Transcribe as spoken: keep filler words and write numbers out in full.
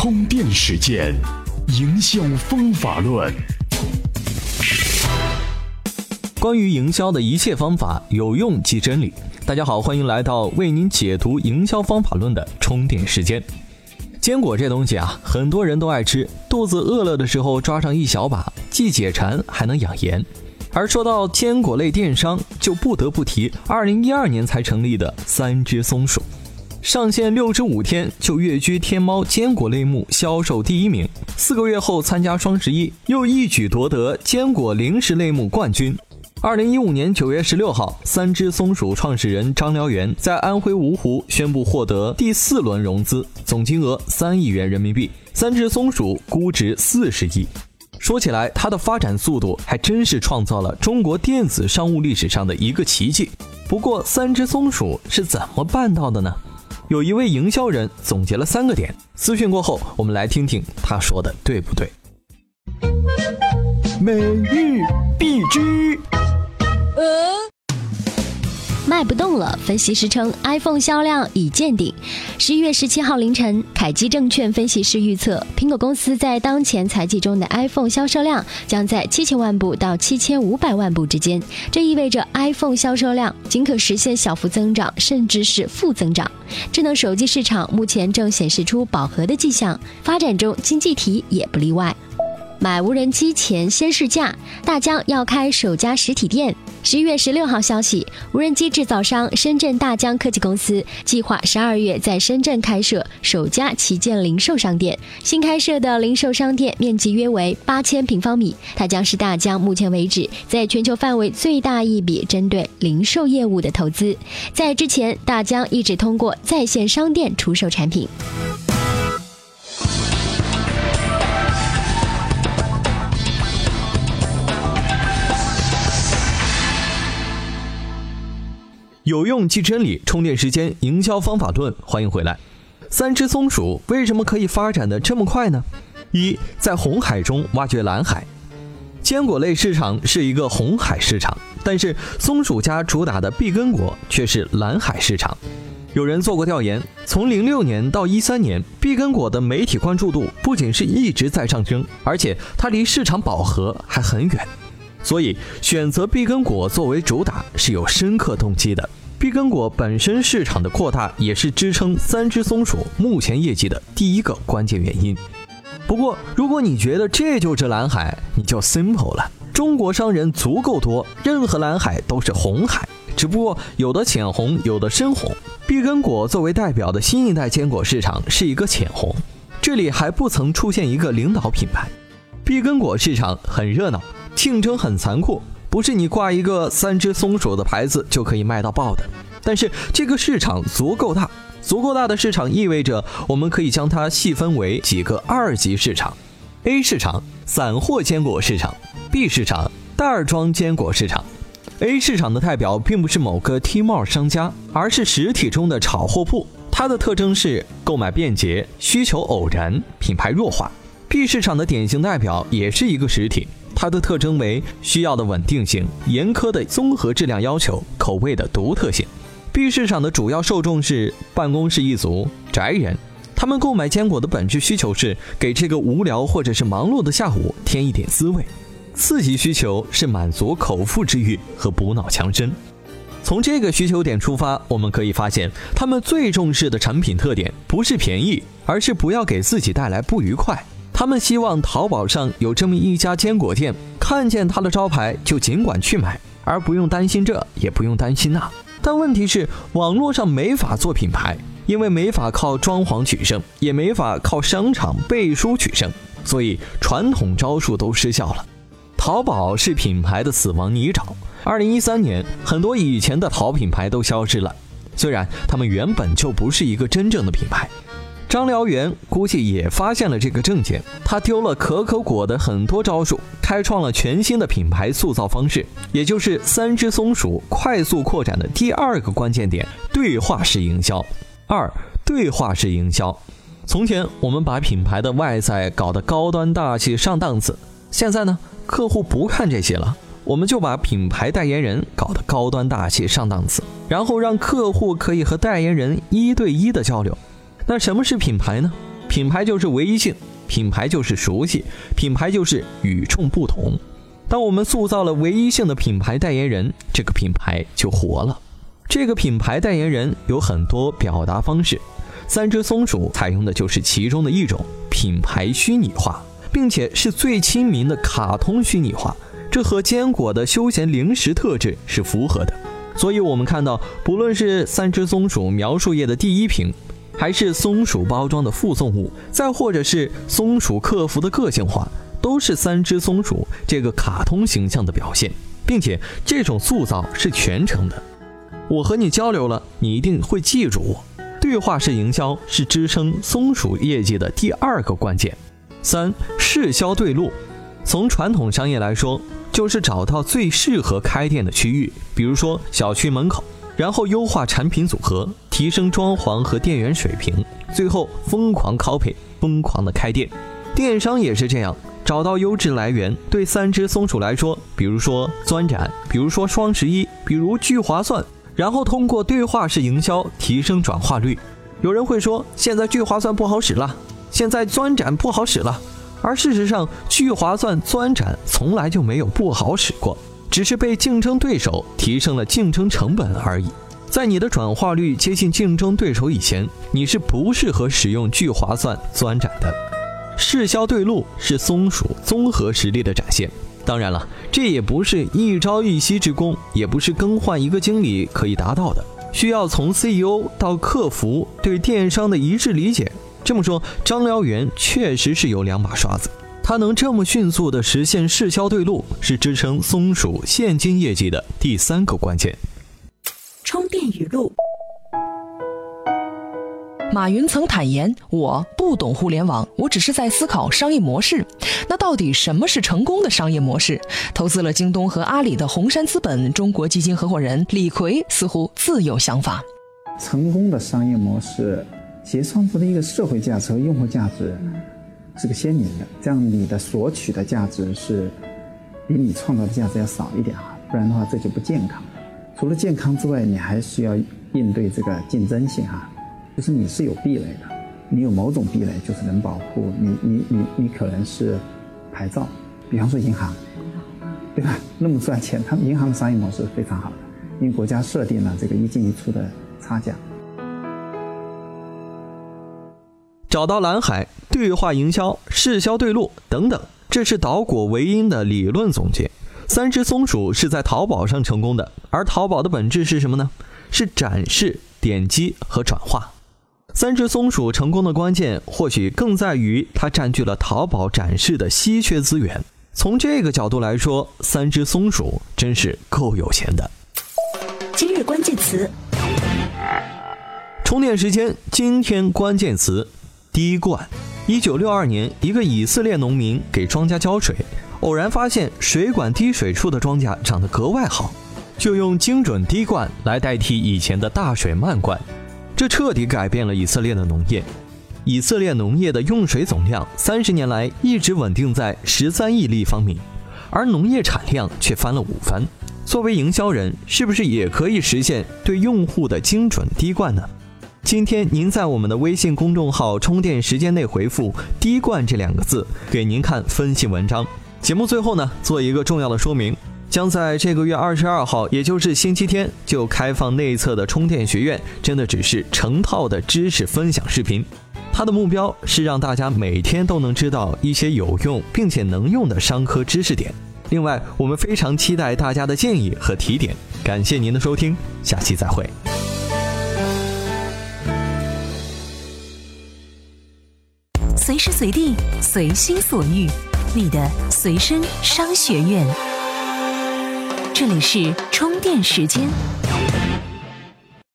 充电时间，营销方法论。 关于营销的一切方法，有用即真理。大家好，欢迎来到为您解读营销方法论的充电时间。坚果这东西啊，很多人都爱吃，肚子饿了的时候抓上一小把，既解馋还能养颜。而说到坚果类电商，就不得不提二零一二年才成立的三只松鼠，上线六十五天就跃居天猫坚果类目销售第一名，四个月后参加双十一，又一举夺得坚果零食类目冠军。二零一五年九月十六号，三只松鼠创始人张燎原在安徽芜湖宣布获得第四轮融资，总金额三亿元人民币，三只松鼠估值四十亿。说起来，它的发展速度还真是创造了中国电子商务历史上的一个奇迹。不过，三只松鼠是怎么办到的呢？有一位营销人总结了三个点，资讯过后，我们来听听他说的对不对。每日必知。 呃，卖不动了。分析师称 iPhone 销量已见顶。十一月十七号凌晨，凯基证券分析师预测，苹果公司在当前财季中的 iPhone 销售量将在七千万部到七千五百万部之间。这意味着 iPhone 销售量仅可实现小幅增长，甚至是负增长。智能手机市场目前正显示出饱和的迹象，发展中经济体也不例外。买无人机前先试驾，大疆要开首家实体店。十一月十六号消息，无人机制造商深圳大疆科技公司计划十二月在深圳开设首家旗舰零售商店。新开设的零售商店面积约为八千平方米，它将是大疆目前为止在全球范围最大一笔针对零售业务的投资。在之前，大疆一直通过在线商店出售产品。 有用即真理，充电时间，营销方法论，欢迎回来。三只松鼠为什么可以发展的这么快呢？一，在红海中挖掘蓝海。坚果类市场是一个红海市场，但是松鼠家主打的碧根果却是蓝海市场。有人做过调研，从零六年到一三年，碧根果的媒体关注度不仅是一直在上升，而且它离市场饱和还很远。所以选择碧根果作为主打是有深刻动机的。碧根果本身市场的扩大也是支撑三只松鼠目前业绩的第一个关键原因。不过如果你觉得这就是蓝海，你就 simple 了。中国商人足够多，任何蓝海都是红海，只不过有的浅红，有的深红。碧根果作为代表的新一代坚果市场是一个浅红，这里还不曾出现一个领导品牌。碧根果市场很热闹，竞争很残酷，不是你挂一个三只松鼠的牌子就可以卖到爆的。但是这个市场足够大，足够大的市场意味着我们可以将它细分为几个二级市场。 A 市场，散货坚果市场； B 市场，袋装坚果市场。 A 市场的代表并不是某个 Tmall 商家，而是实体中的炒货铺，它的特征是购买便捷，需求偶然，品牌弱化。B 市场的典型代表也是一个实体，它的特征为需要的稳定性，严苛的综合质量要求，口味的独特性。B 市场的主要受众是办公室一族、宅人，他们购买坚果的本质需求是给这个无聊或者是忙碌的下午添一点滋味，次级需求是满足口腹之欲和补脑强身。从这个需求点出发，我们可以发现他们最重视的产品特点不是便宜，而是不要给自己带来不愉快。他们希望淘宝上有这么一家坚果店，看见它的招牌就尽管去买，而不用担心这也不用担心那。但问题是网络上没法做品牌，因为没法靠装潢取胜，也没法靠商场背书取胜，所以传统招数都失效了。淘宝是品牌的死亡泥沼，二零一三年很多以前的淘品牌都消失了，虽然他们原本就不是一个真正的品牌。张燎原估计也发现了这个症结，他丢了可口果的很多招数，开创了全新的品牌塑造方式，也就是三只松鼠快速扩展的第二个关键点：对话式营销。二、对话式营销。从前我们把品牌的外在搞得高端大气上档次，现在呢，客户不看这些了，我们就把品牌代言人搞得高端大气上档次，然后让客户可以和代言人一对一的交流。那什么是品牌呢？ 品牌就是唯一性，品牌就是熟悉，品牌就是与众不同。当我们塑造了唯一性的品牌代言人，这个品牌就活了。这个品牌代言人有很多表达方式，三只松鼠采用的就是其中的一种，品牌虚拟化，并且是最亲民的卡通虚拟化，这和坚果的休闲零食特质是符合的。所以我们看到，不论是三只松鼠描述页的第一屏，还是松鼠包装的附送物，再或者是松鼠客服的个性化，都是三只松鼠这个卡通形象的表现，并且这种塑造是全程的。我和你交流了，你一定会记住我。对话式营销是支撑松鼠业绩的第二个关键。三、市销对路。从传统商业来说，就是找到最适合开店的区域，比如说小区门口，然后优化产品组合，提升装潢和店员水平，最后疯狂 copy， 疯狂的开店。电商也是这样，找到优质来源。对三只松鼠来说，比如说钻展，比如说双十一，比如聚划算，然后通过对话式营销提升转化率。有人会说，现在聚划算不好使了，现在钻展不好使了。而事实上，聚划算、钻展从来就没有不好使过，只是被竞争对手提升了竞争成本而已。在你的转化率接近竞争对手以前，你是不适合使用聚划算、钻展的。市销对路是松鼠综合实力的展现。当然了，这也不是一朝一夕之功，也不是更换一个经理可以达到的，需要从 C E O 到客服对电商的一致理解。这么说，张燎原确实是有两把刷子，他能这么迅速地实现市销对路，是支撑松鼠现金业绩的第三个关键。 充电语录。 马云曾坦言，我不懂互联网，我只是在思考商业模式。那到底什么是成功的商业模式？投资了京东和阿里的红杉资本中国基金合伙人李逵似乎自有想法。 成功的商业模式其实创造的一个社会价值和用户价值是个鲜明的，这样你的索取的价值是比你创造的价值要少一点哈，不然的话这就不健康。除了健康之外，你还需要应对这个竞争性哈，就是你是有壁垒的，你有某种壁垒就是能保护你，你你你可能是牌照，比方说银行，对吧？那么赚钱，他们银行的商业模式是非常好的，因为国家设定了这个一进一出的差价。 找到蓝海、对话营销、市销对路等等，这是导果为因的理论总结。三只松鼠是在淘宝上成功的，而淘宝的本质是什么呢？是展示、点击和转化。三只松鼠成功的关键或许更在于它占据了淘宝展示的稀缺资源。从这个角度来说，三只松鼠真是够有钱的。 今日关键词。 充电时间，今天关键词滴灌。一九六二年，一个以色列农民给庄稼浇水，偶然发现水管滴水处的庄稼长得格外好，就用精准滴灌来代替以前的大水漫灌，这彻底改变了以色列的农业。以色列农业的用水总量三十年来一直稳定在十三亿立方米，而农业产量却翻了五番。作为营销人，是不是也可以实现对用户的精准滴灌呢？今天您在我们的微信公众号充电时间内回复滴灌这两个字，给您看分析文章。节目最后呢，做一个重要的说明，将在这个月二十二号，也就是星期天就开放内测的充电学院，真的只是成套的知识分享视频。它的目标是让大家每天都能知道一些有用并且能用的商科知识点。另外，我们非常期待大家的建议和提点。感谢您的收听，下期再会。 随时随地，随心所欲，你的随身商学院。这里是充电时间。